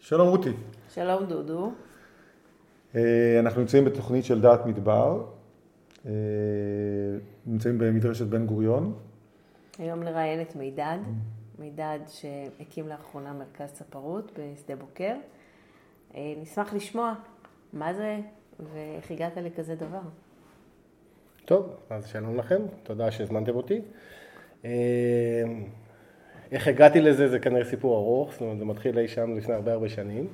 שלום רותי. שלום דודו. אנחנו נמצאים בתוכנית של דעת מדבר, נמצאים במדרשת בן גוריון. היום נראיין את מידד, מידד שהקים לאחרונה מרכז צפרות בשדה בוקר. נשמח לשמוע מה זה ואיך הגעת לכזה דבר. טוב, אז שלום לכם, תודה שהזמנתם אותי. איך הגעתי לזה זה כנראה סיפור ארוך, זאת אומרת זה מתחיל אי שם לפני הרבה שנים.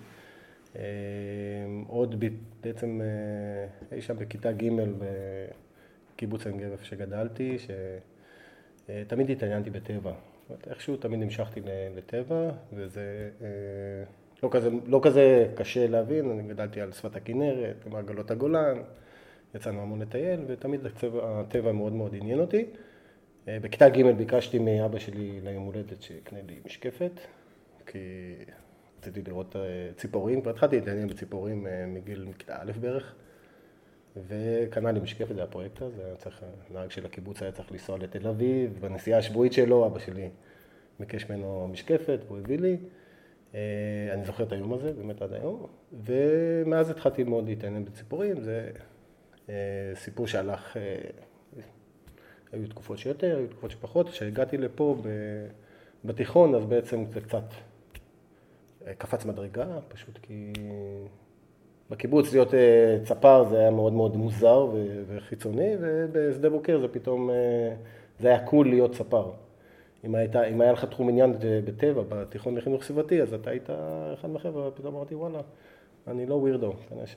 עוד בעצם אי שם בכיתה ג' בקיבוץ עין גרב שגדלתי, שתמיד התעניינתי בטבע. זאת אומרת, איכשהו תמיד נמשכתי לטבע, וזה לא כזה קשה להבין. אני גדלתי על שפת הכנרת, במעגלות הגולן, יצאנו המון לטייל, ותמיד הטבע מאוד מאוד עניין אותי. בכיתה ג' ביקשתי מאבא שלי ליום הולדת שיקנה לי משקפת, כי רציתי לראות ציפורים, כבר התחלתי להתעניין בציפורים מגיל כיתה א' בערך, וקנה לי משקפת, זה הפרויקט הזה, נהג של הקיבוץ היה צריך לנסוע לתל אביב, בנסיעה השבועית שלו אבא שלי ביקש ממנו משקפת, הוא הביא לי, אני זוכר את היום הזה, באמת עד היום, ומאז התחלתי מאוד להתעניין בציפורים, זה סיפור שהלך, היו תקופות שיותר, היו תקופות שפחות. כשהגעתי לפה בתיכון, אז בעצם זה קצת קפץ מדרגה, פשוט כי בקיבוץ להיות צפר זה היה מאוד מאוד מוזר וחיצוני, ובשדה בוקר זה פתאום, זה היה קול להיות צפר. אם היה לך תחום עניין בטבע, בתיכון לחינוך סביבתי, אז אתה היית אחד מהחבר'ה, ופתאום אמרתי, וואלה, אני לא ווירדו,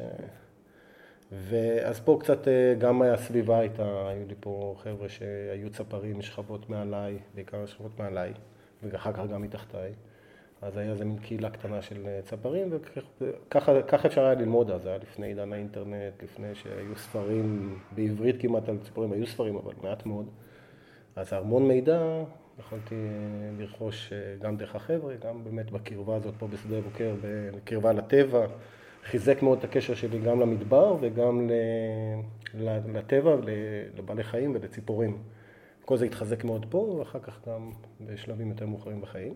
ואז פה קצת גם הסביבה הייתה, היו לי פה חבר'ה שהיו צפרים, שכבות מעליי, בעיקר שכבות מעליי, ואחר כך גם מתחתיי. אז היה איזה מין קהילה קטנה של צפרים, וככה אפשר היה ללמוד. אז זה היה לפני עידן האינטרנט, לפני שהיו ספרים, בעברית כמעט על ציפורים היו ספרים, אבל מעט מאוד. אז המון מידע, יכולתי לרכוש גם דרך החבר'ה, גם באמת בקרבה הזאת פה בשדה בוקר, בקרבה לטבע. חיזק מאוד את הקשר שלי גם למדבר וגם לטבע, לבעלי חיים ולציפורים. כל זה התחזק מאוד פה, ואחר כך גם בשלבים יותר מאוחרים בחיים.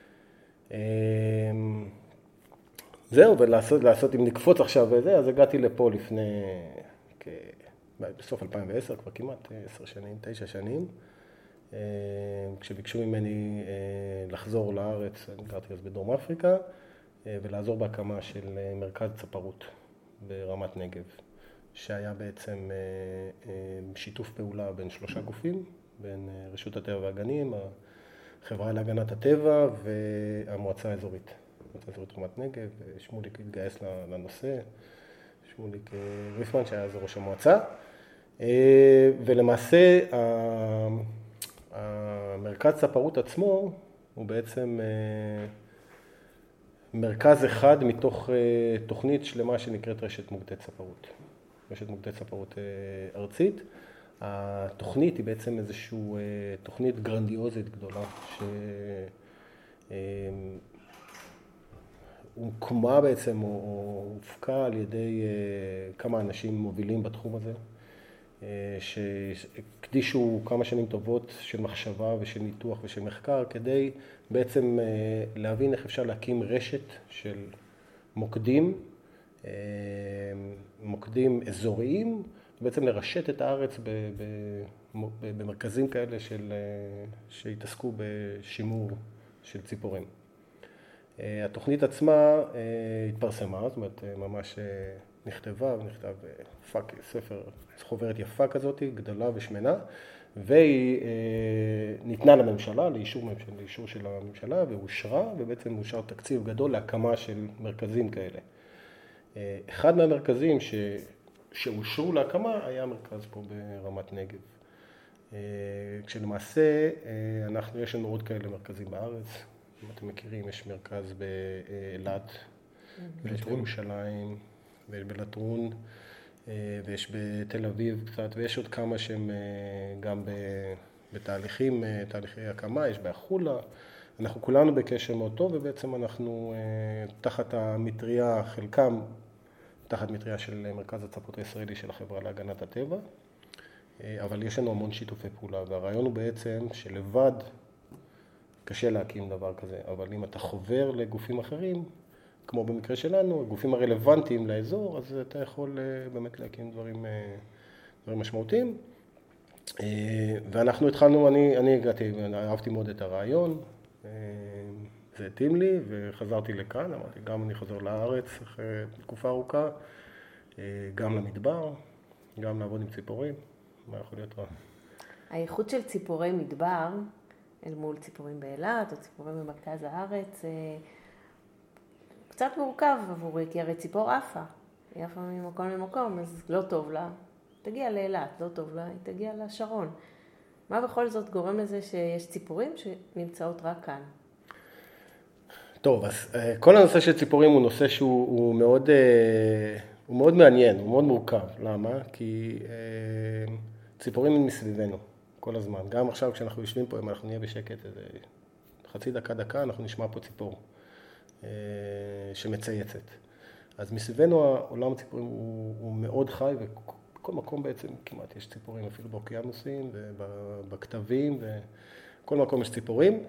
זהו, ולעשות, אם נקפוץ עכשיו וזה, אז הגעתי לפה לפני, בסוף 2010, כבר כמעט 10 שנים, 9 שנים. כשביקשו ממני לחזור לארץ, אני גרתי אז בדרום אפריקה, ולעזור בהקמה של מרכז צפרות ברמת נגב, שהיה בעצם שיתוף פעולה בין 3 גופים, בין רשות הטבע והגנים, החברה להגנת הטבע והמועצה האזורית. המועצה האזורית רמת נגב, שמוליק התגייס לנושא, שמוליק ריפמן שהיה אז ראש המועצה, ולמעשה המרכז צפרות עצמו הוא בעצם מרכז אחד מתוך תוכנית שלמה שנקראת רשת מוקדי צפרות. רשת מוקדי צפרות ארצית. התוכנית היא בעצם איזושהי תוכנית גרנדיוזית גדולה, שהוקמה בעצם או הופקה על ידי כמה אנשים מובילים בתחום הזה, שהקדישו כמה שנים טובות של מחשבה ושל ניתוח ושל מחקר, כדי בעצם להבין איך אפשר להקים רשת של מוקדים אזוריים, בעצם לרשת את הארץ במרכזים כאלה שהתעסקו בשימור של ציפורים. התוכנית עצמה התפרסמה, זאת אומרת ממש נכתבה ונכתב ספר, חוברת יפה כזאת, גדולה ושמנה, והיא ניתנה לממשלה, לאישור של הממשלה, ואושרה, ובעצם אושר תקציב גדול להקמה של מרכזים כאלה. אחד מהמרכזים שאושרו להקמה היה מרכז פה ברמת נגב. כשלמעשה יש לנו עוד כאלה מרכזים בארץ. אם אתם מכירים, יש מרכז באילת, ויש בירושלים, ויש בלטרון, ויש בתל אביב קצת, ויש עוד כמה שהם גם בתהליכי הקמה, יש באחולה. אנחנו כולנו בקשר מאוד טוב, ובעצם אנחנו תחת המטריה, חלקם תחת מטריה של מרכז הצפרות הישראלי של החברה להגנת הטבע, אבל יש לנו המון שיתופי פעולה, והרעיון הוא בעצם שלבד קשה להקים דבר כזה, אבל אם אתה חובר לגופים אחרים, כמו במקרה שלנו, הגופים הרלוונטיים לאזור, אז אתה יכול באמת להקים דברים משמעותיים. ואנחנו התחלנו, אני הגעתי, אהבתי מאוד את הרעיון, זה התאים לי וחזרתי לכאן, אמרתי גם אני חוזר לארץ אחרי תקופה ארוכה, גם למדבר, גם לעבוד עם ציפורים, מה יכול להיות רע. האיכות של ציפורי מדבר, אל מול ציפורים באילת או ציפורים במרכז הארץ, קצת מורכב עבורי, כי הרי ציפור עפה, היא עפה ממקום למקום, אז לא טוב לה, תגיע לאילת, לא טוב לה, היא תגיע לשרון. מה בכל זאת גורם לזה שיש ציפורים שנמצאות רק כאן? טוב, אז כל הנושא של ציפורים הוא נושא שהוא מאוד מעניין, הוא מאוד מורכב. למה? כי ציפורים הם מסביבנו כל הזמן. גם עכשיו כשאנחנו יושבים פה, אם אנחנו נהיה בשקט איזה חצי דקה, אנחנו נשמע פה ציפור שמצייצת. אז מסביבנו העולם הציפורים הוא מאוד חי, ובכל מקום בעצם כמעט יש ציפורים, אפילו באוקיינוסים ובכתבים, וכל מקום יש ציפורים.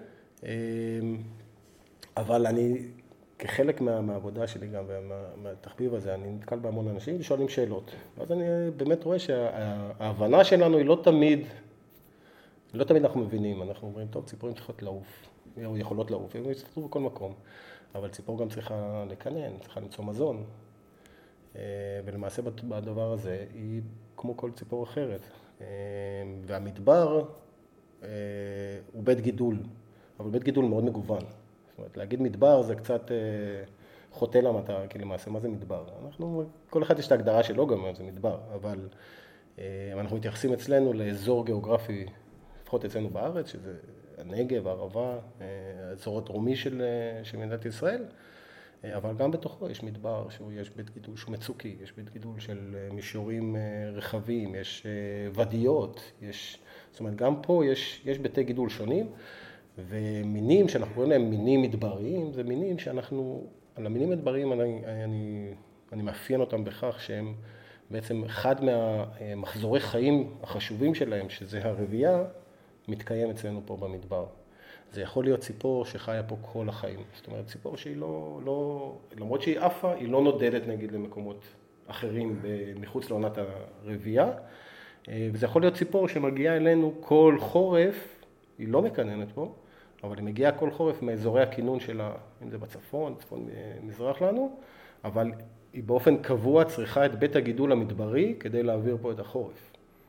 אבל אני, כחלק מהעבודה שלי גם, מהתחביב הזה, אני נתקל בהמון אנשים ושואלים שאלות. ואז אני באמת רואה שההבנה שלנו היא לא תמיד אנחנו מבינים. אנחנו אומרים, טוב, ציפורים צריכות לעוף, או יכולות לעוף, הם יצטרכו בכל מקום. אבל ציפור גם צריכה לקנן, צריכה למצוא מזון. ולמעשה בדבר הזה היא כמו כל ציפור אחרת. והמדבר הוא בית גידול, אבל בית גידול מאוד מגוון. זאת אומרת, להגיד מדבר זה קצת חוטא למטרה, כי למעשה מה זה מדבר? כל אחד יש את ההגדרה שלו גם, זה מדבר, אבל אנחנו מתייחסים אצלנו לאזור גיאוגרפי, לפחות אצלנו בארץ, שזה הנגב, הערבה, האזור הדרומי של מדינת ישראל, אבל גם בתוכו יש מדבר, יש בית גידול שהוא מצוקי, יש בית גידול של מישורים רחבים, יש ודיות, זאת אומרת, גם פה יש ביתי גידול שונים, ומינים שאנחנו קוראים להם מינים מדבריים, זה מינים שאנחנו, על המינים מדבריים אני מאפיין אותם בכך שהם בעצם אחד מהמחזורי חיים החשובים שלהם, שזה הרבייה, מתקיים אצלנו פה במדבר. זה יכול להיות ציפור שחיה פה כל החיים. זאת אומרת, ציפור שהיא למרות שהיא עפה, היא לא נודדת נגיד למקומות אחרים מחוץ לעונת הרבייה. וזה יכול להיות ציפור שמגיעה אלינו כל חורף, היא לא מקננת פה, אבל היא מגיעה כל חורף מאזורי הכינון שלה, אם זה בצפון, צפון מזרח לנו, אבל היא באופן קבוע צריכה את בית הגידול המדברי כדי להעביר פה את החורף.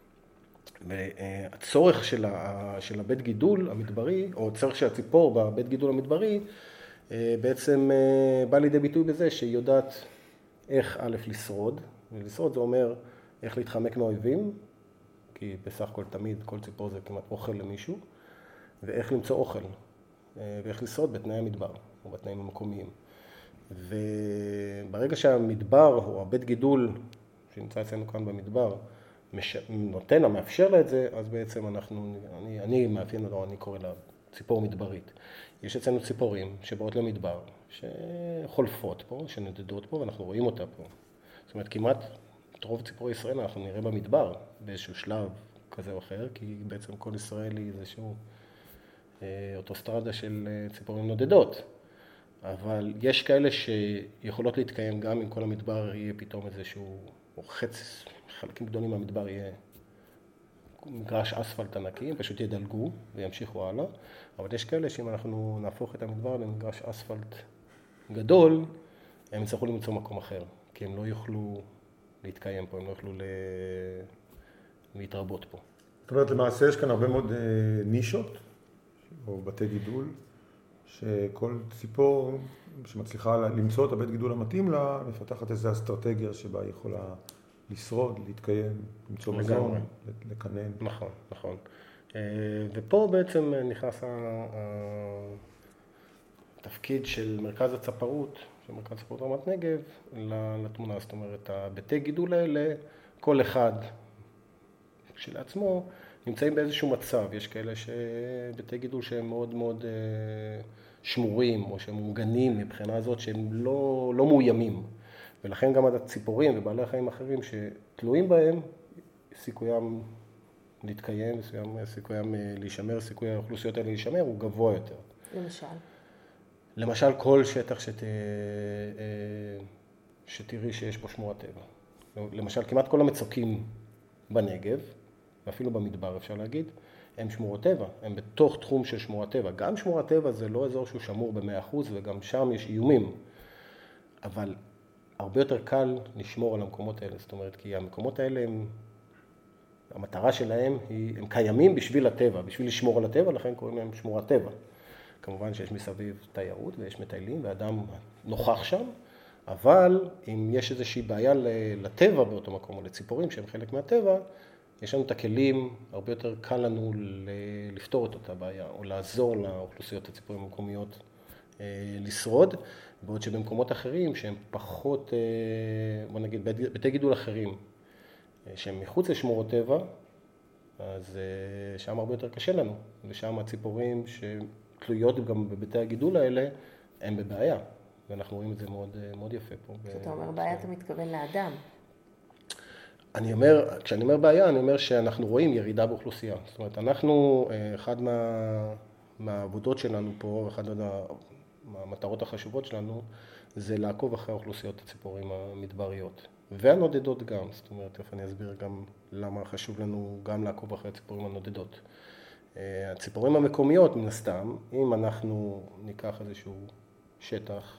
והצורך של הבית גידול המדברי, או הצורך של הציפור בבית גידול המדברי, בעצם בא לידי ביטוי בזה שהיא יודעת איך לשרוד, ולשרוד זה אומר איך להתחמק מהאויבים, כי בסך הכל תמיד כל ציפור זה כמעט אוכל למישהו, ואיך למצוא אוכל, ואיך לשרוד בתנאי המדבר, או בתנאים המקומיים. וברגע שהמדבר, או הבית גידול שנמצא אצלנו כאן במדבר, נותן לה, מאפשר לה את זה, אז בעצם אני מאפיין אותו, אני קורא לה ציפור מדברית. יש אצלנו ציפורים שבאות למדבר, שחולפות פה, שנדדות פה, ואנחנו רואים אותה פה. זאת אומרת, כמעט את רוב ציפורי ישראל אנחנו נראה במדבר, באיזשהו שלב כזה או אחר, כי בעצם כל ישראל היא איזשהו אוטוסטרדה של ציפורים נודדות. אבל יש כאלה שיכולות להתקיים גם אם כל המדבר יהיה פתאום איזשהו, או חלקים גדולים מהמדבר יהיה מגרש אספלט ענקי, הם פשוט ידלגו וימשיכו הלאה. אבל יש כאלה שאם אנחנו נהפוך את המדבר למגרש אספלט גדול, הם יצטרכו למצוא מקום אחר, כי הם לא יוכלו להתקיים פה, הם לא יוכלו להתרבות פה. זאת אומרת, למעשה יש כאן הרבה מאוד נישות, או בתי גידול, שכל ציפור שמצליחה למצוא את הבית גידול המתאים לה, מפתחת איזו אסטרטגיה שבה היא יכולה לשרוד, להתקיים, למצוא מזון, לקנן. נכון, נכון. ופה בעצם נכנס התפקיד של מרכז הצפרות, של מרכז צפרות רמת נגב, לתמונה. זאת אומרת, הביתי גידול האלה, כל אחד כשלעצמו, נמצאים באיזשהו מצב. יש כאלה שביתי גידול שהם מאוד מאוד שמורים, או שהם מוגנים מבחינה הזאת שהם לא מאוימים. ולכן גם הציפורים ובעלי החיים האחרים שתלויים בהם, סיכויים להתקיים, סיכויים להישמר, סיכוי האוכלוסיות האלה להישמר הוא גבוה יותר. למשל? למשל, כל שטח שתראי שיש בו שמורת טבע. למשל, כמעט כל המצוקים בנגב, ואפילו במדבר אפשר להגיד, הם שמורות טבע, הם בתוך תחום של שמורת טבע. גם שמורת טבע זה לא אזור שהוא שמור ב100%, וגם שם יש איומים. אבל הרבה יותר קל לשמור על המקומות האלה. זאת אומרת, כי המקומות האלה, המטרה שלהם היא, הם קיימים בשביל הטבע, בשביל לשמור על הטבע, לכן קוראים להם שמורת טבע. כמובן שיש מסביב תיירות ויש מטיילים, ואדם נוכח שם, אבל אם יש איזושהי בעיה לטבע באותו מקום, או לציפורים שהם חלק מהטבע, יש לנו את הכלים, הרבה יותר קל לנו לפתור את אותה בעיה, או לעזור לאוכלוסיות הציפורים המקומיות לשרוד, בעוד שבמקומות אחרים שהם פחות, בוא נגיד, בתי גידול אחרים, שהם מחוץ לשמורות טבע, אז שם הרבה יותר קשה לנו, ושם הציפורים שתלויות גם בבתי הגידול האלה, הם בבעיה, ואנחנו רואים את זה מאוד, מאוד יפה פה. כשאתה אומר בעיה, אתה מתכוון לאדם. כשאני אומר בעיה, אני אומר שאנחנו רואים ירידה באוכלוסייה. זאת אומרת, אנחנו, אחד מהעבודות שלנו פה, אחד מהמטרות החשובות שלנו, זה לעקוב אחרי האוכלוסיות הציפורים המדבריות. והנודדות גם, זאת אומרת, תכף אני אסביר גם למה חשוב לנו גם לעקוב אחרי הציפורים הנודדות. הציפורים המקומיות, מן הסתם, אם אנחנו ניקח איזשהו שטח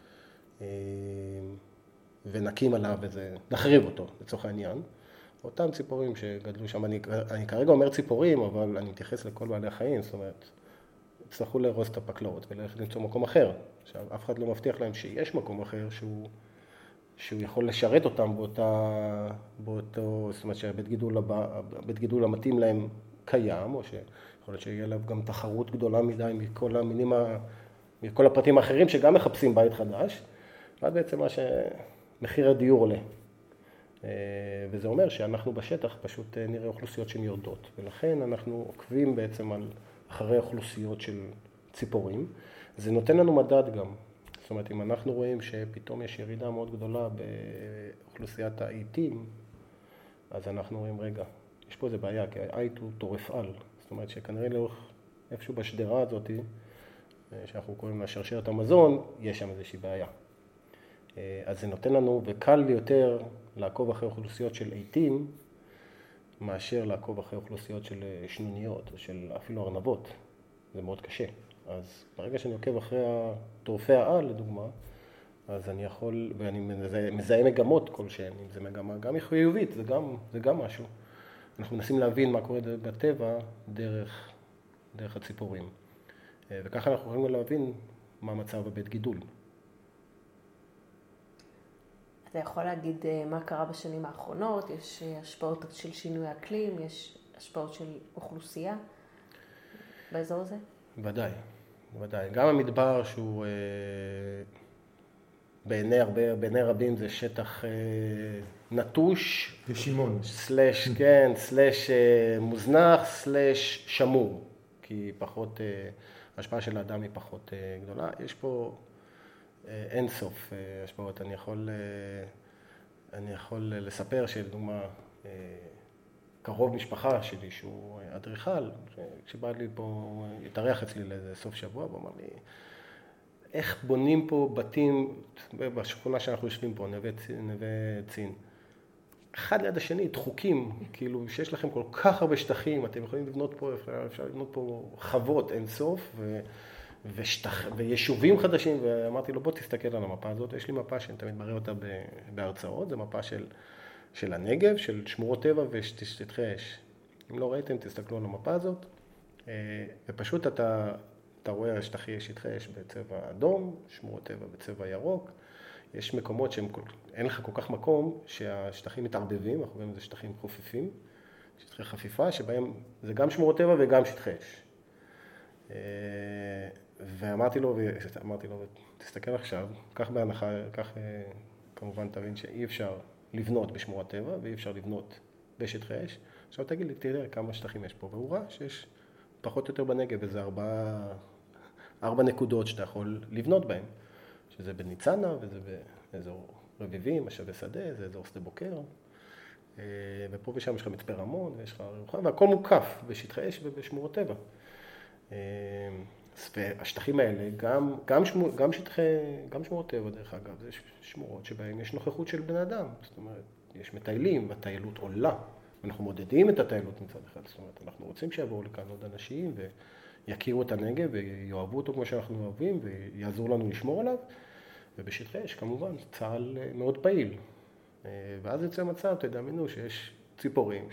ונקים עליו נחריב אותו, לצורך העניין, אותם ציפורים שגדלו שם, אני כרגע אומר ציפורים, אבל אני מתייחס לכל בעלי החיים, זאת אומרת, יצטרכו להרוס את הפקלאות וללכת למצוא מקום אחר. עכשיו, אף אחד לא מבטיח להם שיש מקום אחר שהוא יכול לשרת אותם באותו, זאת אומרת שהבית גידול המתאים להם קיים, או שיכול להיות שיהיה להם גם תחרות גדולה מדי מכל הפרטים האחרים שגם מחפשים בית חדש, ועד בעצם מחיר הדיור עולה. וזה אומר שאנחנו בשטח פשוט נראה אוכלוסיות שהן יורדות, ולכן אנחנו עוקבים בעצם אחרי אוכלוסיות של ציפורים. זה נותן לנו מדד גם. זאת אומרת, אם אנחנו רואים שפתאום יש ירידה מאוד גדולה באוכלוסיית העיתים, אז אנחנו רואים, רגע, יש פה איזה בעיה, כי העית הוא טורף על. זאת אומרת שכנראה לאורך איפשהו בשדרה הזאת, שאנחנו קוראים לה שרשרת המזון, יש שם איזושהי בעיה. אז זה נותן לנו, וקל יותר לעקוב אחרי אוכלוסיות של עיתים, מאשר לעקוב אחרי אוכלוסיות של שנוניות, או של אפילו ארנבות. זה מאוד קשה. אז ברגע שאני עוקב אחרי טורפי העל, לדוגמה, אז אני יכול, ואני מזהה מגמות כלשהן, אם זה מגמה גם חיובית, זה גם משהו. אנחנו מנסים להבין מה קורה בטבע דרך הציפורים. וככה אנחנו יכולים להבין מה מצב בבית גידול. אתה יכול להגיד מה קרה בשנים האחרונות? יש השפעות של שינוי אקלים, יש השפעות של אוכלוסייה באזור הזה? ודאי. גם המדבר שהוא בעיני רבים זה שטח נטוש. ושימון. סלש מוזנח, סלש שמור. כי פחות, ההשפעה של האדם היא פחות גדולה. יש פה אין סוף השפעות. אני יכול לספר שלדוגמה, קרוב משפחה שלי שהוא אדריכל, כשבא לי פה, התארח אצלי לאיזה סוף שבוע, ואמר לי, איך בונים פה בתים בשכונה שאנחנו יושבים פה, נווה צין. אחד ליד השני, דחוקים, כאילו שיש לכם כל כך הרבה שטחים, אתם יכולים לבנות פה, אפשר לבנות פה חוות אין סוף, ויישובים חדשים, ואמרתי לו, בוא תסתכל על המפה הזאת, יש לי מפה שאני תמיד מראה אותה בהרצאות, זו מפה של הנגב, של שמורות טבע ושטחי אש. אם לא ראיתם, תסתכלו על המפה הזאת, ופשוט אתה רואה שטחי אש בצבע אדום, שמורות טבע בצבע ירוק, יש מקומות שאין לך כל כך מקום שהשטחים מתערבבים, אנחנו רואים את זה שטחים חופפים, שטחי חפיפה, שבהם זה גם שמורות טבע וגם שטחי אש. ואמרתי לו, תסתכל עכשיו, כך בהנחה, כך כמובן תבין שאי אפשר לבנות בשמורת טבע, ואי אפשר לבנות בשטחי אש. עכשיו תגיד לי, תראה כמה שטחים יש פה, והוא ראה שיש פחות או יותר בנגב, איזה 4 נקודות שאתה יכול לבנות בהן, שזה בניצנה, וזה באזור רביבים, משאבי שדה, זה אזור שדה בוקר, ופה ושם יש לך מצפה רמון, ויש לך ירוחם, והכל מוקף בשטחי אש ובשמורות טבע. והשטחים האלה, גם שמורות טבע דרך אגב, זה שמורות שבהן יש נוכחות של בני אדם, זאת אומרת, יש מטיילים, והטיילות עולה, אנחנו מודדים את הטיילות מצד אחד, זאת אומרת, אנחנו רוצים שיבואו לכאן עוד אנשים ויכירו את הנגב ויאהבו אותו כמו שאנחנו אוהבים ויעזור לנו לשמור עליו, ובשטחי אש כמובן צה"ל מאוד פעיל, ואז יוצא מצב, תדמיינו שיש ציפורים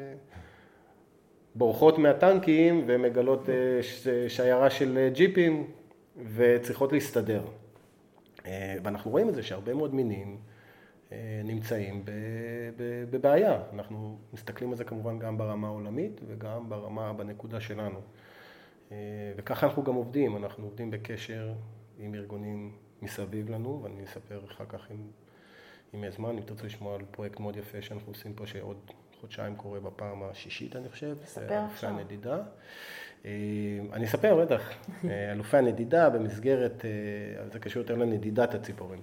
בורחות מהטנקים ומגלות שיירה של ג'יפים וצריכות להסתדר. ואנחנו רואים את זה שהרבה מאוד מינים נמצאים בבעיה. אנחנו מסתכלים על זה כמובן גם ברמה העולמית וגם בנקודה שלנו. וככה אנחנו גם עובדים. אנחנו עובדים בקשר עם ארגונים מסביב לנו, ואני אספר אחר כך אם יש זמן, אם תרצו לשמוע על פרויקט מאוד יפה שאנחנו עושים פה שעוד חודשיים קורה בפעם השישית, אני חושב. תספר עכשיו. אלופי הנדידה. אני אספר, בטח. אלופי הנדידה במסגרת, זה קשור יותר לנדידת הציפורים.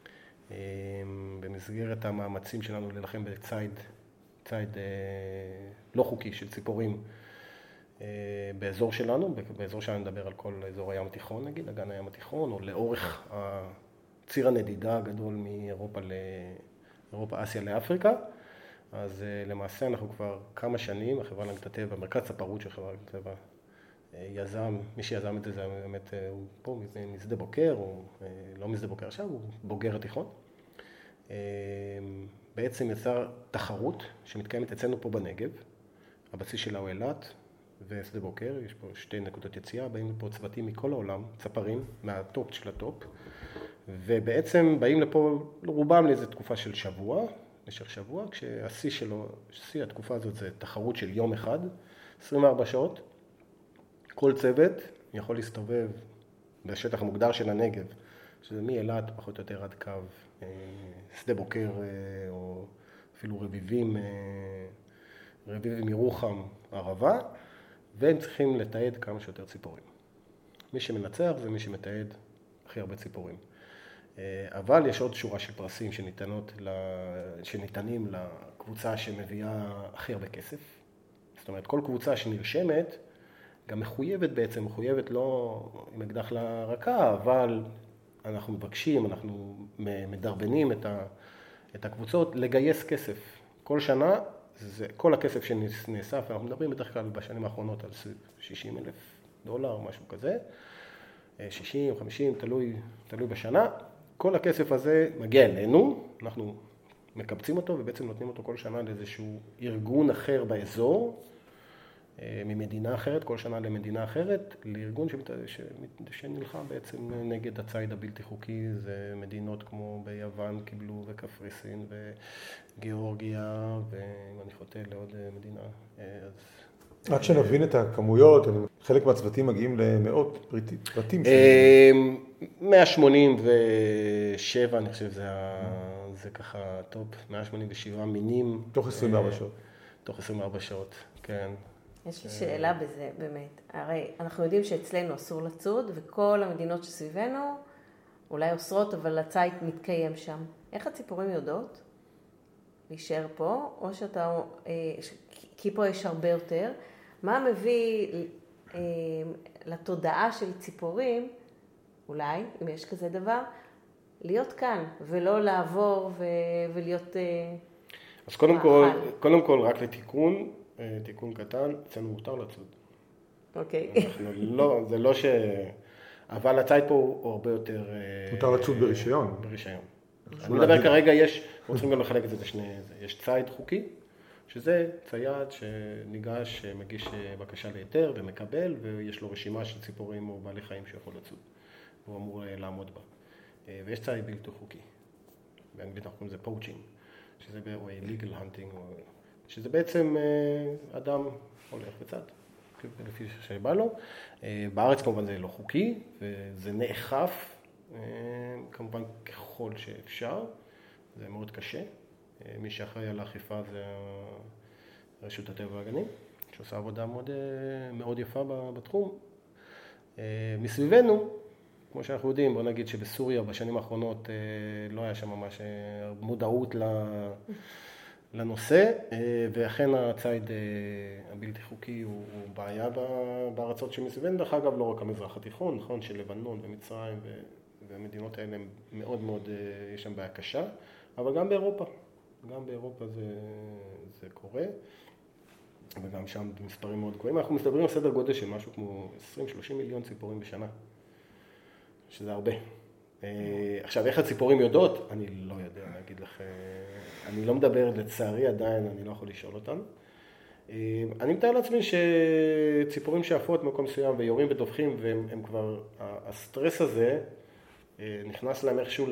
במסגרת המאמצים שלנו להילחם בציד לא חוקי של ציפורים באזור שלנו, באזור שלנו נדבר על כל אזור הים התיכון, נגיד, אגן הים התיכון, או לאורך ציר הנדידה הגדול מאירופה אסיה לאפריקה. אז למעשה אנחנו כבר כמה שנים, החברה להגנת הטבע, מרכז ספרות של חברה להגנת הטבע, מי שיזם את זה באמת, הוא פה משדה בוקר, הוא לא משדה בוקר עכשיו, הוא בוגר התיכון. בעצם יצר תחרות שמתקיימת אצלנו פה בנגב, הבסיס שלה הוא אילת ושדה בוקר, יש פה 2 נקודות יציאה, באים לפה צוותים מכל העולם, צפרים, מהטופ של הטופ, ובעצם באים לפה רובם לאיזו תקופה של שבוע, במשך שבוע, כשהשיא שלו, שיא התקופה הזאת זה תחרות של יום אחד, 24 שעות, כל צוות יכול להסתובב בשטח המוגדר של הנגב, שזה מאילת פחות או יותר עד קו שדה בוקר, או אפילו רביבים ירוחם ערבה, והם צריכים לתעד כמה שיותר ציפורים. מי שמנצח זה מי שמתעד הכי הרבה ציפורים. אבל יש עוד שורה של פרסים שניתנים לקבוצה שמביאה הכי הרבה כסף. זאת אומרת, כל קבוצה שנרשמת גם מחויבת לא עם אקדח לרקה, אבל אנחנו מבקשים, אנחנו מדרבנים את הקבוצות לגייס כסף. כל שנה, כל הכסף שנאסף, אנחנו מדברים בדרך כלל בשנים האחרונות על $60,000, משהו כזה, 60, 50, תלוי בשנה. כל הכסף הזה מגיע אלינו, אנחנו מקבצים אותו ובעצם נותנים אותו כל שנה לאיזשהו ארגון אחר באזור, ממדינה אחרת, כל שנה למדינה אחרת, לארגון שנלחם בעצם נגד הציד הבלתי חוקי. זה מדינות כמו ביוון קיבלו וקפריסין וגיאורגיה, ואם אני חוטא לעוד מדינה, אז... רק שנבין את הכמויות, חלק מהצוותים מגיעים למאות פרטים. 187, אני חושב, זה ככה טופ, 187 מינים. תוך 24 שעות. תוך 24 שעות, כן. יש לי שאלה בזה, באמת. הרי אנחנו יודעים שאצלנו אסור לצוד, וכל המדינות שסביבנו אולי אוסרות, אבל הציד מתקיים שם. איך הציפורים יודעות להישאר פה, או שאתה... כי פה יש הרבה יותר. מה מביא לתודעה של ציפורים, אולי, אם יש כזה דבר, להיות כאן, ולא לעבור ולהיות... אז קודם כל, רק לתיקון, תיקון קטן, אצלנו מותר לצוד. אוקיי. זה לא ש... אבל הציד פה הוא הרבה יותר... מותר לצוד ברישיון. ברישיון. אני מדבר כרגע, רוצים גם לחלק את זה לשני... יש ציד חוקי, שזה צייד שניגש, מגיש בקשה להיתר ומקבל, ויש לו רשימה של ציפורים או בעלי חיים שיכול לצוד. הוא אמור לעמוד בה. ויש ציד בלתי חוקי. באנגלית אנחנו קוראים לזה poaching, שזה illegal hunting, שזה בעצם אדם הולך בצד, לפי שבא לו. בארץ כמובן זה לא חוקי, וזה נאכף, כמובן ככל שאפשר, זה מאוד קשה. מי שאחראי על האכיפה זה רשות הטבע והגנים, שעושה עבודה מאוד יפה בתחום. מסביבנו, כמו שאנחנו יודעים, בוא נגיד שבסוריה בשנים האחרונות לא היה שם ממש מודעות לנושא, ואכן הציד הבלתי חוקי הוא בעיה בארצות שמסביבנו, דרך אגב לא רק המזרח התיכון, נכון, של לבנון ומצרים והמדינות האלה הם מאוד מאוד, יש שם בעיה קשה, אבל גם באירופה זה קורה, וגם שם במספרים מאוד גבוהים. אנחנו מסתברים על סדר גודל של משהו כמו 20-30 מיליון ציפורים בשנה, שזה הרבה. עכשיו, איך הציפורים יודעות? אני לא יודע להגיד לך, אני לא מדבר, לצערי עדיין, אני לא יכול לשאול אותן. אני מתאר לעצמי שציפורים שעפות במקום מסוים ויורים ודווחים, והם כבר, הסטרס הזה נכנס להם איכשהו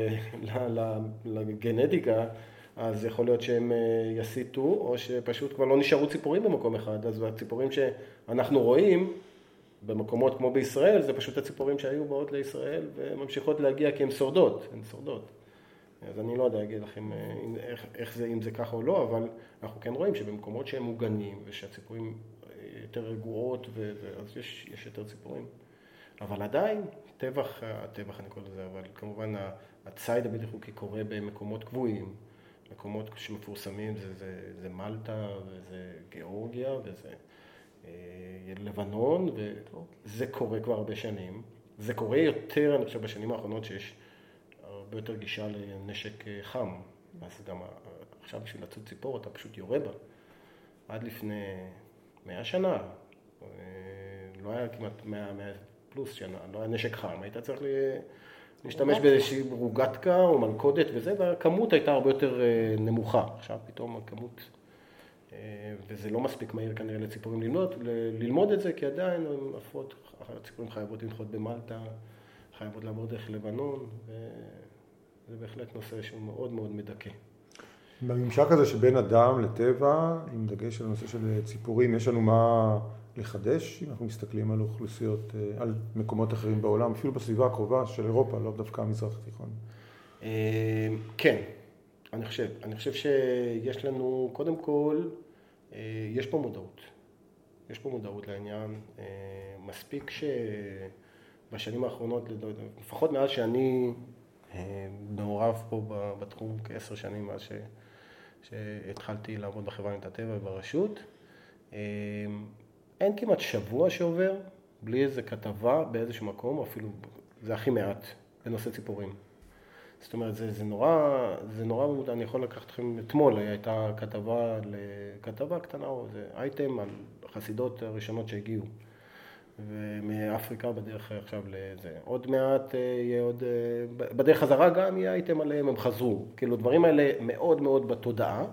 לגנטיקה, אז יכול להיות שהם יסיטו, או שפשוט כבר לא נשארו ציפורים במקום אחד. אז הציפורים שאנחנו רואים במקומות כמו בישראל, זה פשוט הציפורים שהיו באות לישראל וממשיכות להגיע כי הן שורדות, אז אני לא יודע להגיד לכם אם זה ככה או לא, אבל אנחנו כן רואים שבמקומות שהם מוגנים ושהציפורים יותר רגועות, אז יש יותר ציפורים. אבל עדיין, הטבח אני קורא לזה, אבל כמובן הציד הבלתי חוקי קורה במקומות קבועים, מקומות שמפורסמים זה מלטה וזה גיאורגיה וזה לבנון, וזה קורה כבר הרבה שנים. זה קורה יותר, אני חושב, בשנים האחרונות שיש הרבה יותר גישה לנשק חם. אז גם עכשיו בשביל לצוד ציפור אתה פשוט יורה בה. עד לפני 100 שנה, לא היה כמעט 100 פלוס שנה, לא היה נשק חם. היית צריך להשתמש באיזושהי רוגטקה או מלכודת וזה, והכמות הייתה הרבה יותר נמוכה. עכשיו פתאום הכמות, וזה לא מספיק מהיר כנראה לציפורים ללמוד את זה, כי עדיין הם עפות, הציפורים חייבות לנחות במלטה, חייבות לעבור דרך לבנון, וזה בהחלט נושא שהוא מאוד מאוד מדכא. בממשק הזה שבין אדם לטבע, עם דגש על הנושא של ציפורים, יש לנו מה לחדש, אם אנחנו מסתכלים על אוכלוסיות, על מקומות אחרים בעולם, אפילו בסביבה הקרובה של אירופה, לא דווקא המזרח התיכון. כן, אני חושב שיש לנו, קודם כל, יש פה מודעות. יש פה מודעות לעניין. מספיק שבשנים האחרונות, לפחות מאז שאני מעורב פה בתחום כ10 שנים, מאז שהתחלתי לעבוד בחברה להגנת הטבע ברשות, אין כמעט שבוע שעובר בלי איזה כתבה באיזשהו מקום, אפילו זה הכי מעט, בנושא ציפורים. זאת אומרת, זה נורא מודע, אני יכול לקחת אתכם, אתמול הייתה כתבה קטנה, או זה אייטם על החסידות הראשונות שהגיעו, ומאפריקה בדרך עכשיו לזה. עוד מעט יהיה עוד, בדרך חזרה גם יהיה אייטם עליהם, הם חזרו. כאילו, דברים האלה מאוד מאוד בתודעה.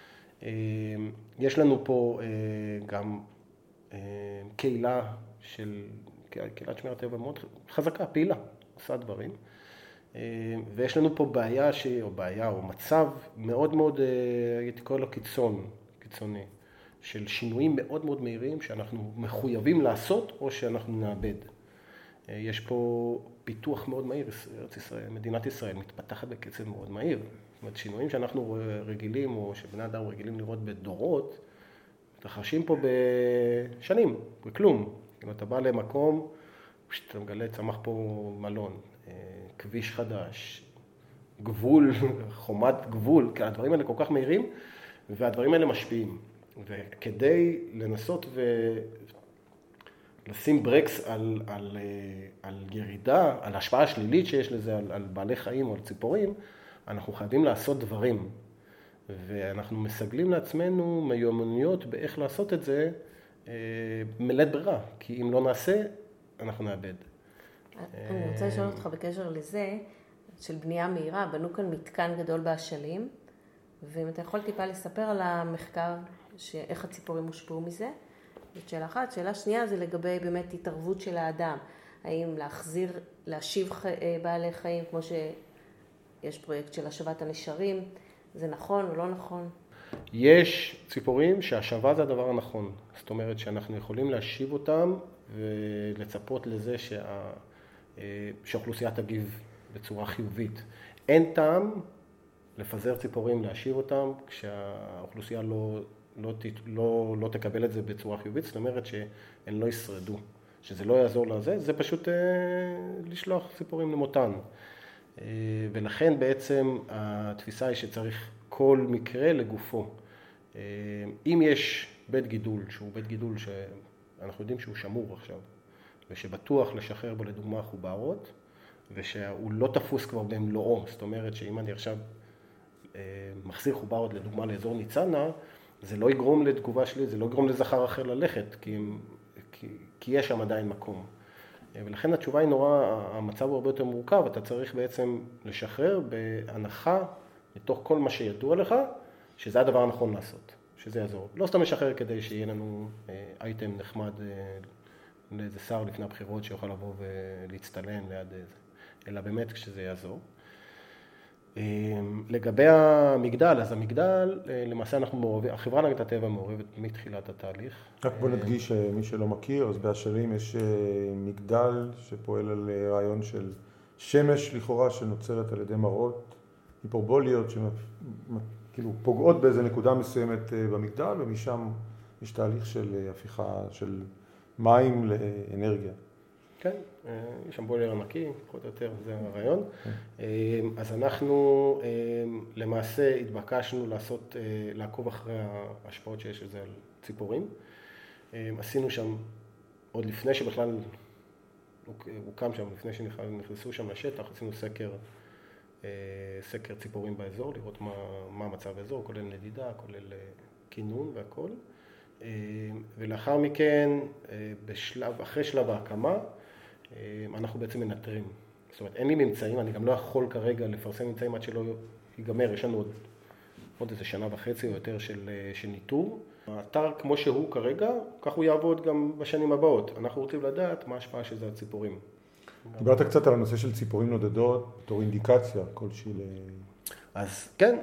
יש לנו פה גם קהילת שמירת טבע מאוד חזקה, פעילה, עושה דברים. ויש לנו פה בעיה או מצב מאוד מאוד, הייתי קורא לו קיצוני, של שינויים מאוד מאוד מהירים שאנחנו מחויבים לעשות או שאנחנו נאבד. יש פה פיתוח מאוד מהיר, ארץ ישראל, מדינת ישראל מתפתחת בקצב מאוד מהיר. זאת אומרת, שינויים שאנחנו רגילים או שבני אדם רגילים לראות בדורות, מתרחשים פה בשנים, בכלום. אם אתה בא למקום, אתה מגלה, צמח פה מלון, כביש חדש, גבול, חומת גבול, כי הדברים האלה כל כך מהירים, והדברים האלה משפיעים. וכדי לנסות ולשים ברקס על ירידה, על השפעה השלילית שיש לזה על בעלי חיים או על ציפורים, אנחנו חייבים לעשות דברים. ואנחנו מסגלים לעצמנו מיומנויות באיך לעשות את זה מלית ברירה, כי אם לא נעשה, אנחנו נאבד. אני רוצה לשאול אותך בקשר לזה, של בנייה מהירה, בנו כאן מתקן גדול באשלים, ואם אתה יכול טיפה לספר על המחקר, איך הציפורים הושפעו מזה, זאת שאלה אחת. שאלה שנייה זה לגבי באמת התערבות של האדם, האם להשיב בעלי חיים, כמו שיש פרויקט של השבת הנשרים, זה נכון או לא נכון? יש ציפורים שהשבה זה הדבר הנכון, זאת אומרת שאנחנו יכולים להשיב אותם ולצפות לזה שהאוכלוסייה תגיב בצורה חיובית. אין טעם לפזר ציפורים, להשיב אותם, כשהאוכלוסייה לא תקבל את זה בצורה חיובית, זאת אומרת שהן לא ישרדו, שזה לא יעזור לזה, זה פשוט לשלוח ציפורים למותן. ולכן בעצם התפיסה היא שצריך כל מקרה לגופו. אם יש בית גידול, שהוא בית גידול שאנחנו יודעים שהוא שמור עכשיו, ושבטוח לשחרר בו לדוגמה חוברות, ושהוא לא תפוס כבר במלואו, זאת אומרת שאם אני עכשיו מחזיר חוברות לדוגמה לאזור ניצנה, זה לא יגרום לתגובה שלי, זה לא יגרום לזכר אחר ללכת, כי יש שם עדיין מקום. ולכן התשובה היא נורא, המצב הוא הרבה יותר מורכב, אתה צריך בעצם לשחרר בהנחה מתוך כל מה שידוע לך, שזה הדבר הנכון לעשות, שזה יעזור. לא סתם לשחרר כדי שיהיה לנו אייטם נחמד לאיזה שר לפני הבחירות שיוכל לבוא ולהצטלם ליד זה, אלא באמת כשזה יעזור. לגבי המגדל, אז המגדל, למעשה אנחנו מעורבים, החברה להגנת הטבע מעורבת מתחילת התהליך. רק בוא נדגיש, מי שלא מכיר, אז באשלים יש מגדל שפועל על רעיון של שמש לכאורה שנוצרת על ידי מראות היפרבוליות שכאילו פוגעות באיזה נקודה מסוימת במגדל, ומשם יש תהליך של הפיכה של מים לאנרגיה. כן, יש שם בוילר ענקי, פחות או יותר, זה הרעיון. אז אנחנו למעשה התבקשנו לעקוב אחרי ההשפעות שיש לזה על ציפורים. עשינו שם, עוד לפני שבכלל הוקם שם, לפני שנכנסו שם לשטח, עשינו סקר ציפורים באזור, לראות מה המצב באזור, כולל נדידה, כולל כינון והכל. ולאחר מכן, אחרי שלב ההקמה, אנחנו בעצם מנטרים. זאת אומרת, אין לי ממצאים, אני גם לא יכול כרגע לפרסם ממצאים עד שלא ייגמר. יש לנו עוד איזה שנה וחצי או יותר של ניטור. האתר כמו שהוא כרגע, כך הוא יעבוד גם בשנים הבאות. אנחנו רוצים לדעת מה ההשפעה של זה על ציפורים. דיברת קצת על הנושא של ציפורים נודדות, בתור אינדיקציה כלשהי. אז כן,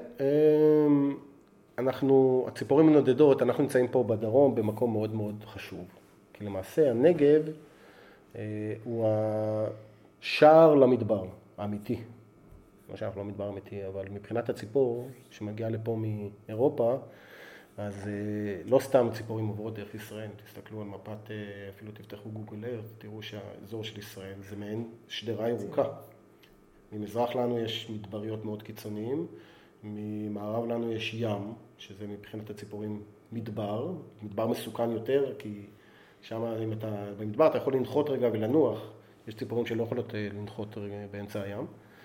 הציפורים הנודדות, אנחנו נמצאים פה בדרום במקום מאוד מאוד חשוב. כי למעשה הנגב הוא השער למדבר האמיתי. לא שאנחנו לא מדבר אמיתי, אבל מבחינת הציפור שמגיעה לפה מאירופה, אז לא סתם ציפורים עוברות דרך ישראל. תסתכלו על מפת, אפילו תפתחו גוגל ארת', תראו שהאזור של ישראל זה מעין שדרה ירוקה. ממזרח לנו יש מדבריות מאוד קיצוניים, ממערב לנו יש ים, שזה מבחינת הציפורים מדבר מסוכן יותר, כי שם אם אתה במדבר אתה יכול לנחות רגע ולנוח, יש ציפורים שלא יכולות לנחות באמצע הים,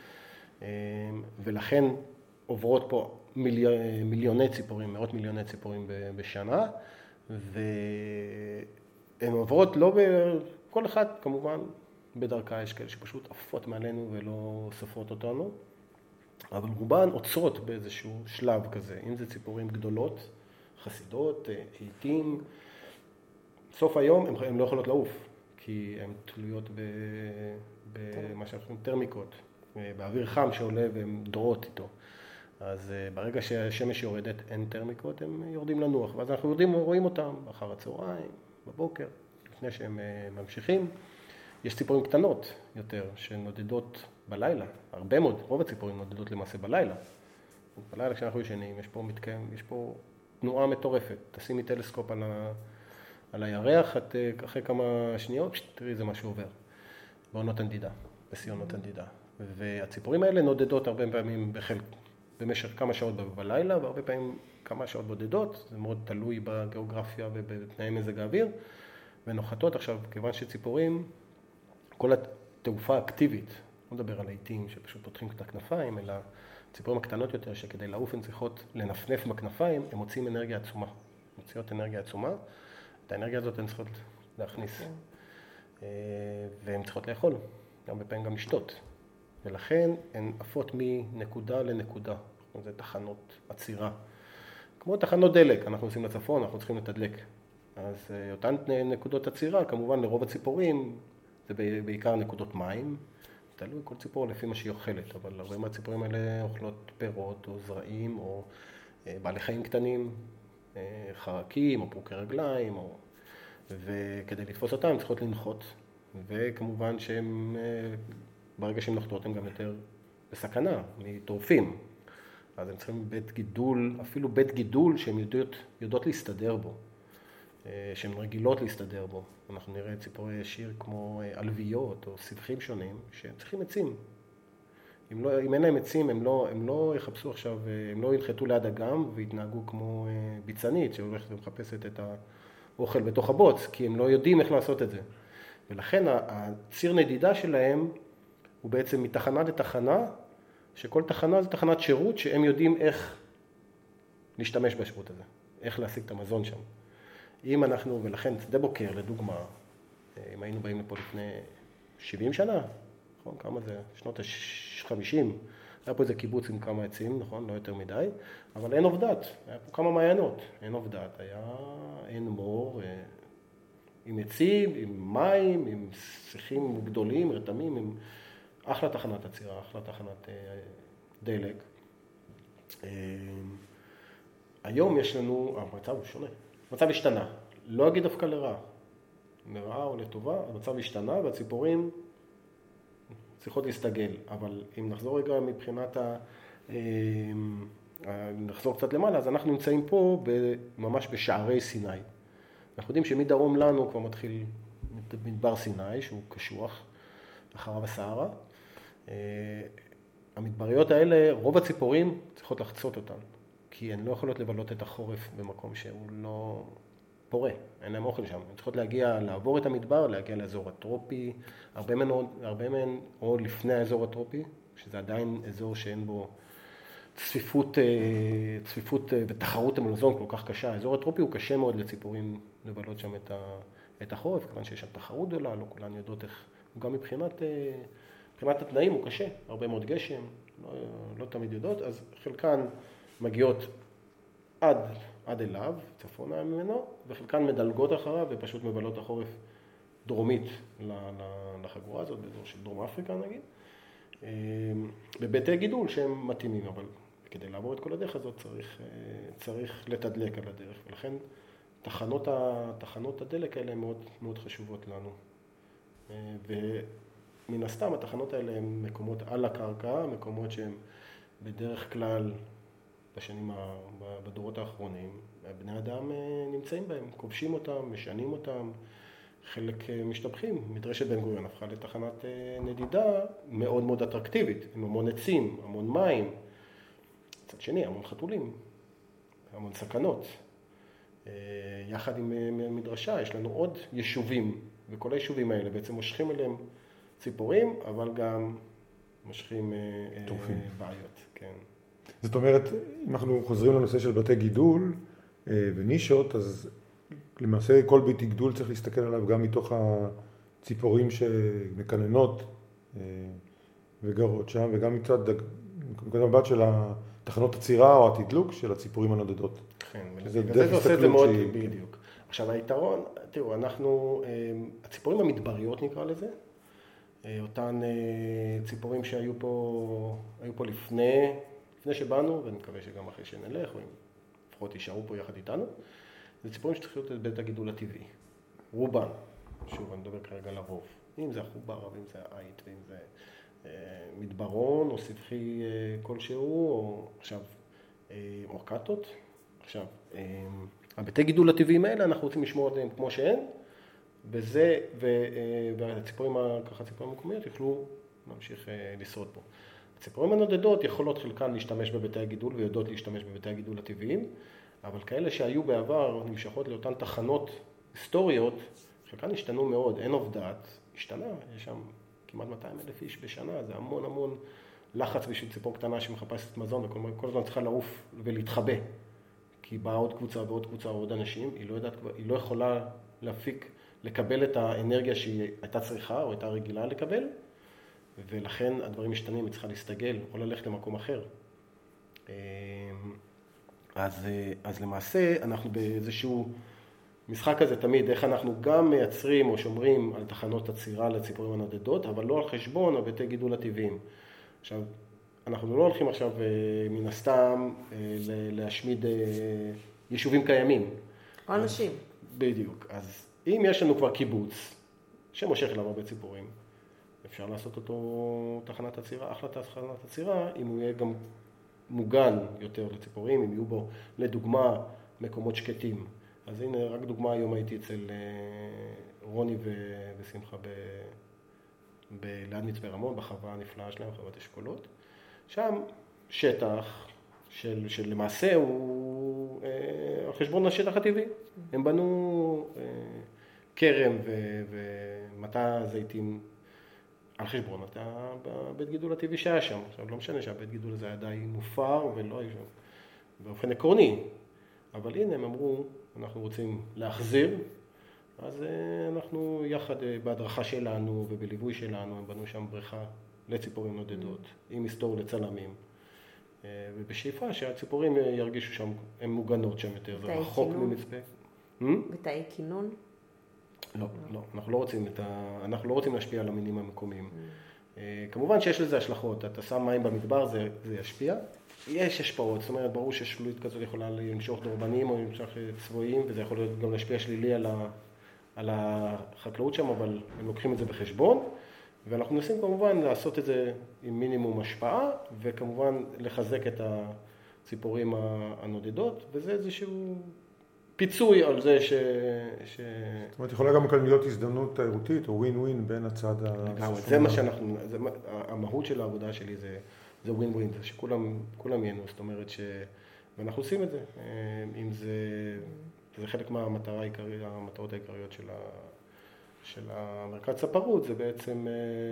ולכן עוברות פה מיליוני ציפורים, מאות מיליוני ציפורים בשנה, והן עוברות לא כל אחד כמובן בדרכה, יש כאלה שפשוט עפות מעלינו ולא סופרות אותנו, אבל רובן עוצרות באיזשהו שלב כזה, אם זה ציפורים גדולות, חסידות, עיתים, סוף היום הן לא יכולות לעוף, כי הן תלויות במה שאנחנו קוראים טרמיקות, באוויר חם שעולה והן דורות איתו. אז ברגע שהשמש יורדת אין טרמיקות, הם יורדים לנוח, ואז אנחנו רואים אותם אחר הצהריים, בבוקר, לפני שהם ממשיכים. יש ציפורים קטנות יותר שנודדות בלילה, הרבה מאוד, רוב הציפורים נודדות למעשה בלילה. בלילה כשאנחנו ישנים, יש פה תנועה מטורפת. תשימי טלסקופ על הירח, אחרי כמה שניות, תראי זה משהו עובר. בעונות הנדידה, בסיונות הנדידה. והציפורים האלה נודדות הרבה פעמים במשך כמה שעות בלילה, והרבה פעמים כמה שעות בודדות, זה מאוד תלוי בגיאוגרפיה ובתנאי מזג האוויר, ונוחתות עכשיו, כיוון שציפורים, כל התעופה האקטיבית, לא מדבר על העיתים שפשוט פותחים את הכנפיים, אלא ציפורים הקטנות יותר שכדי לעוף הן צריכות לנפנף בכנפיים, הם מוצאים אנרגיה עצומה. מוציאות אנרגיה עצומה, את האנרגיה הזאת הן צריכות להכניס. והן צריכות לאכול, הרבה פעמים גם לשתות. ולכן הן עפות מנקודה לנקודה. זה תחנות עצירה. כמו תחנות דלק, אנחנו עושים לצפון, אנחנו צריכים לתדלק. אז אותן נקודות עצירה, כמובן לרוב הציפורים, זה בעיקר נקודות מים. תלוי כל ציפור לפי מה שהיא אוכלת, אבל הרבה מהציפורים האלה אוכלות פירות או זרעים או בעלי חיים קטנים, חרקים או פרוקי רגליים, וכדי לתפוס אותם הן צריכות לנחות. וכמובן שהן, ברגע שהן נוחתות, הן גם יותר בסכנה, מטורפים. אז הן צריכים בית גידול, אפילו בית גידול שהן יודעות להסתדר בו, שהן רגילות להסתדר בו. אנחנו נראה ציפורי שיר כמו אלוויות או סבכים שונים, שהם צריכים עצים. אם אין להם עצים, הם לא יחפשו עכשיו, הם לא ילחתו ליד אגם והתנהגו כמו ביצנית שהולכת ומחפשת את האוכל בתוך הבוץ, כי הם לא יודעים איך לעשות את זה. ולכן הציר נדידה שלהם הוא בעצם מתחנה לתחנה, שכל תחנה זה תחנת שירות שהם יודעים איך להשתמש בשירות הזה, איך להשיג את המזון שם. אם אנחנו, ולכן שדה בוקר לדוגמה, אם היינו באים לפה לפני 70 שנה, נכון? כמה זה? שנות ה-50. היה פה איזה קיבוץ עם כמה עצים, נכון? לא יותר מדי, אבל אין עובדת. היה פה כמה מעיינות. אין עובדת. היה אין מור, עם עצים, עם מים, עם שיחים גדולים, רתמים, עם אחלה תחנת עצירה, אחלה תחנת דלק. היום יש לנו, המצב הוא שונה. המצב השתנה. לא אגיד דווקא לרעה או לטובה, המצב השתנה והציפורים צריכות להסתגל, אבל אם נחזור רגע מבחינת נחזור קצת למעלה, אז אנחנו נמצאים פה ממש בשערי סיני. אנחנו יודעים שמדרום לנו כבר מתחיל מדבר סיני, שהוא קשוח, אחריו הסהרה. המדבריות האלה, רוב הציפורים צריכות לחצות אותן, כי הן לא יכולות לבלות את החורף במקום שהוא לא פורה, אין להם אוכל שם. הן צריכות לעבור את המדבר, להגיע לאזור הטרופי, הרבה מהן או לפני האזור הטרופי, שזה עדיין אזור שאין בו צפיפות ותחרות המזון כל כך קשה. האזור הטרופי הוא קשה מאוד לציפורים לבלות שם את החורף, כיוון שיש שם תחרות גדולה, לא כולן יודעות איך, גם מבחינת התנאים הוא קשה, הרבה מאוד גשם, לא תמיד יודעות, אז חלקן מגיעות עד אליו, צפונה ממנו, וחלקן מדלגות אחריו ופשוט מבלות החורף דרומית לחגורה הזאת, באזור של דרום אפריקה נגיד, בביתי גידול שהם מתאימים, אבל כדי לעבור את כל הדרך הזאת צריך לתדלק על הדרך, ולכן תחנות הדלק האלה הן מאוד, מאוד חשובות לנו. ומן הסתם התחנות האלה הן מקומות על הקרקע, מקומות שהן בדרך כלל בדורות האחרונים, בני אדם נמצאים בהם, כובשים אותם, משנים אותם, חלק משתבחים. מדרשת בן גוריון הפכה לתחנת נדידה מאוד מאוד אטרקטיבית, עם המון עצים, המון מים. מצד שני, המון חתולים, המון סכנות. יחד עם מדרשה, יש לנו עוד יישובים, וכל היישובים האלה בעצם מושכים אליהם ציפורים, אבל גם מושכים בעיות. כן. זאת אומרת, אם אנחנו חוזרים לנושא של בתי גידול ונישות, אז למעשה כל בית גידול צריך להסתכל עליו גם מתוך הציפורים שמקננות וגרות שם, וגם מצד המבט של תחנות הצירה או התדלוק של הציפורים הנודדות. כן, וזה עושה את זה מאוד בדיוק. עכשיו היתרון, תראו, הציפורים המדבריות נקרא לזה, אותן ציפורים שהיו פה לפני שבאנו, ואני מקווה שגם אחרי שנלך, או אם לפחות יישארו פה יחד איתנו, זה ציפורים שצריכים להיות בית הגידול הטבעי. רובן, שוב, אני מדבר כרגע לרוב. אם זה החובר, ואם זה העית, ואם זה מדברון, או סבכי כלשהו, או עכשיו אורקטות. עכשיו, הבתי גידול הטבעיים האלה, אנחנו רוצים לשמור עליהם כמו שהן, והציפורים המקומיות יוכלו להמשיך לשרוד פה. הציפורים הנודדות יכולות חלקן להשתמש בבתי הגידול ויודעות להשתמש בבתי הגידול הטבעיים, אבל כאלה שהיו בעבר נמשכות לאותן תחנות היסטוריות, חלקן השתנו מאוד, אין עובדת, השתנה, יש שם כמעט 200,000 איש בשנה, זה המון המון לחץ בשביל ציפור קטנה שמחפשת מזון וכל הזמן צריכה לעוף ולהתחבא, כי באה עוד קבוצה ועוד קבוצה ועוד אנשים, היא לא יכולה לקבל את האנרגיה שהיא הייתה צריכה או הייתה רגילה לקבל, ולכן הדברים משתנים, היא צריכה להסתגל או ללכת למקום אחר. אז למעשה אנחנו באיזשהו משחק הזה תמיד, איך אנחנו גם מייצרים או שומרים על תחנות עצירה לציפורים הנודדות, אבל לא על חשבון הבתי גידול הטבעיים. עכשיו, אנחנו לא הולכים עכשיו מן הסתם להשמיד יישובים קיימים. או אנשים. בדיוק. אז אם יש לנו כבר קיבוץ שמושך אליו הרבה ציפורים, אפשר לעשות אותו תחנת עצירה, אחלה תחנת עצירה, אם הוא יהיה גם מוגן יותר לציפורים, אם יהיו בו לדוגמה מקומות שקטים. אז הנה רק דוגמה, היום הייתי אצל רוני ושמחה ליד מצפה רמון, בחווה הנפלאה שלהם, חוות אשכולות. שם שטח שלמעשה הוא על חשבון השטח הטבעי. הם בנו כרם ומטע זיתים על חשבון בית גידול הטבעי שהיה שם. עכשיו לא משנה שהבית גידול הזה היה די מופר ולא היה שם באופן עקרוני, אבל הנה הם אמרו, אנחנו רוצים להחזיר, אז אנחנו יחד בהדרכה שלנו ובליווי שלנו, הם בנו שם בריכה לציפורים נודדות, עם מסתור לצלמים, ובשאיפה שהציפורים ירגישו שם, הן מוגנות שם יותר, זה רחוק ממצפה. בתאי כינון? לא, אנחנו לא רוצים להשפיע על המינים המקומיים. כמובן שיש לזה השלכות, אתה שם מים במדבר, זה ישפיע. יש השפעות, זאת אומרת, ברור ששלולית כזאת יכולה למשוך דורבנים או למשוך צבועים, וזה יכול להיות גם להשפיע שלילי על החקלאות שם, אבל הם לוקחים את זה בחשבון, ואנחנו מנסים כמובן לעשות את זה עם מינימום השפעה, וכמובן לחזק את הציפורים הנודדות, וזה איזשהו פיצוי על זה זאת אומרת, יכולה גם כאן להיות הזדמנות תיירותית, או ווין ווין בין הצד זה מה שאנחנו, המהות של העבודה שלי זה ווין ווין, זה שכולם ייהנו, זאת אומרת ואנחנו עושים את זה, אם זה חלק מהמטרות העיקריות של המרכז ספרות, זה בעצם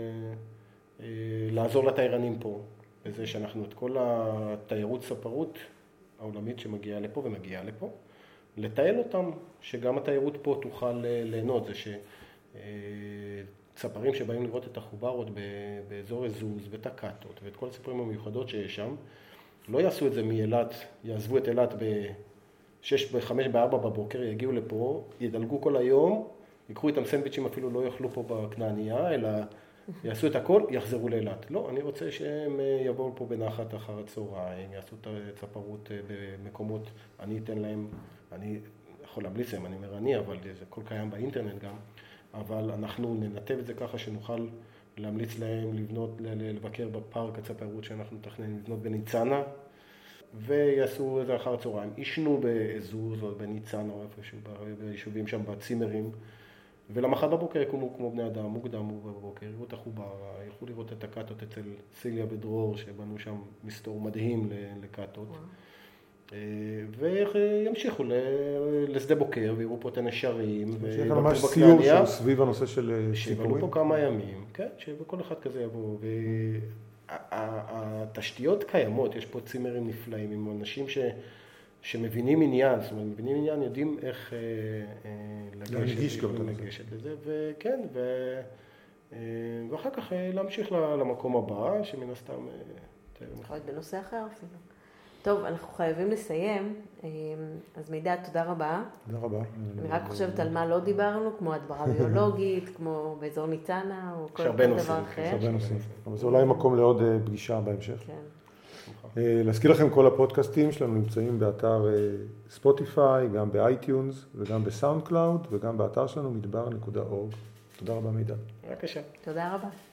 לעזור לתיירנים פה, בזה שאנחנו את כל התיירות ספרות העולמית שמגיעה לפה ומגיעה לפה, לטייל אותם, שגם התיירות פה תוכל ליהנות, זה שצפרים שבאים לראות את החוברות באזור אזוז ואת הקאטות ואת כל הציפורים המיוחדות שיש שם, לא יעשו את זה מאילת, יעזבו את אילת ב-6, ב-5, ב-4 בבוקר, יגיעו לפה, ידלגו כל היום, יקחו איתם סנדוויצ'ים, אפילו לא יאכלו פה בכנענייה, אלא יעשו את הכל, יחזרו לאילת. לא, אני רוצה שהם יבואו פה בנחת אחר הצהריים, יעשו את הצפרות במקומות, אני אתן להם, אני יכול להמליץ להם, אני אומר אבל זה הכל קיים באינטרנט גם, אבל אנחנו ננתב את זה ככה שנוכל להמליץ להם לבקר בפארק הצפרות שאנחנו מתכננים לבנות בניצנה, ויעשו את זה אחר הצהריים, ישנו באזוז או בניצנה או איפשהו ביישובים שם בצימרים, ולמחרת בבוקר יקומו כמו בני אדם, מוקדם בבוקר, יראו את החוברה, ילכו לראות את הקאטות אצל סיליה ודרור, שבנו שם מסתור מדהים לקאטות, וימשיכו לשדה בוקר, ויראו פה את הנשרים, ויבקרו ממש סיור שם סביב הנושא של ציפורים. שיבלו פה כמה ימים, כן, שכל אחד כזה יבוא, והתשתיות קיימות, יש פה צימרים נפלאים, עם אנשים שמבינים עניין, זאת אומרת, מבינים עניין, יודעים איך לגשת לזה, וכן, ואחר כך להמשיך למקום הבא, שמן הסתם... יכול להיות בנושא אחר אפילו. טוב, אנחנו חייבים לסיים, אז מידע, תודה רבה. תודה רבה. אני רק חושבת על מה לא דיברנו, כמו הדברה ביולוגית, כמו באזור ניצנה, או כל דבר אחר. יש הרבה נושאים. אבל זה אולי מקום לעוד פגישה בהמשך. כן. להזכיר לכם, כל הפודקאסטים שלנו נמצאים באתר ספוטיפיי, גם באייטיונס וגם בסאונד קלאוד, וגם באתר שלנו מדבר.org. תודה רבה מידע. בבקשה. תודה רבה.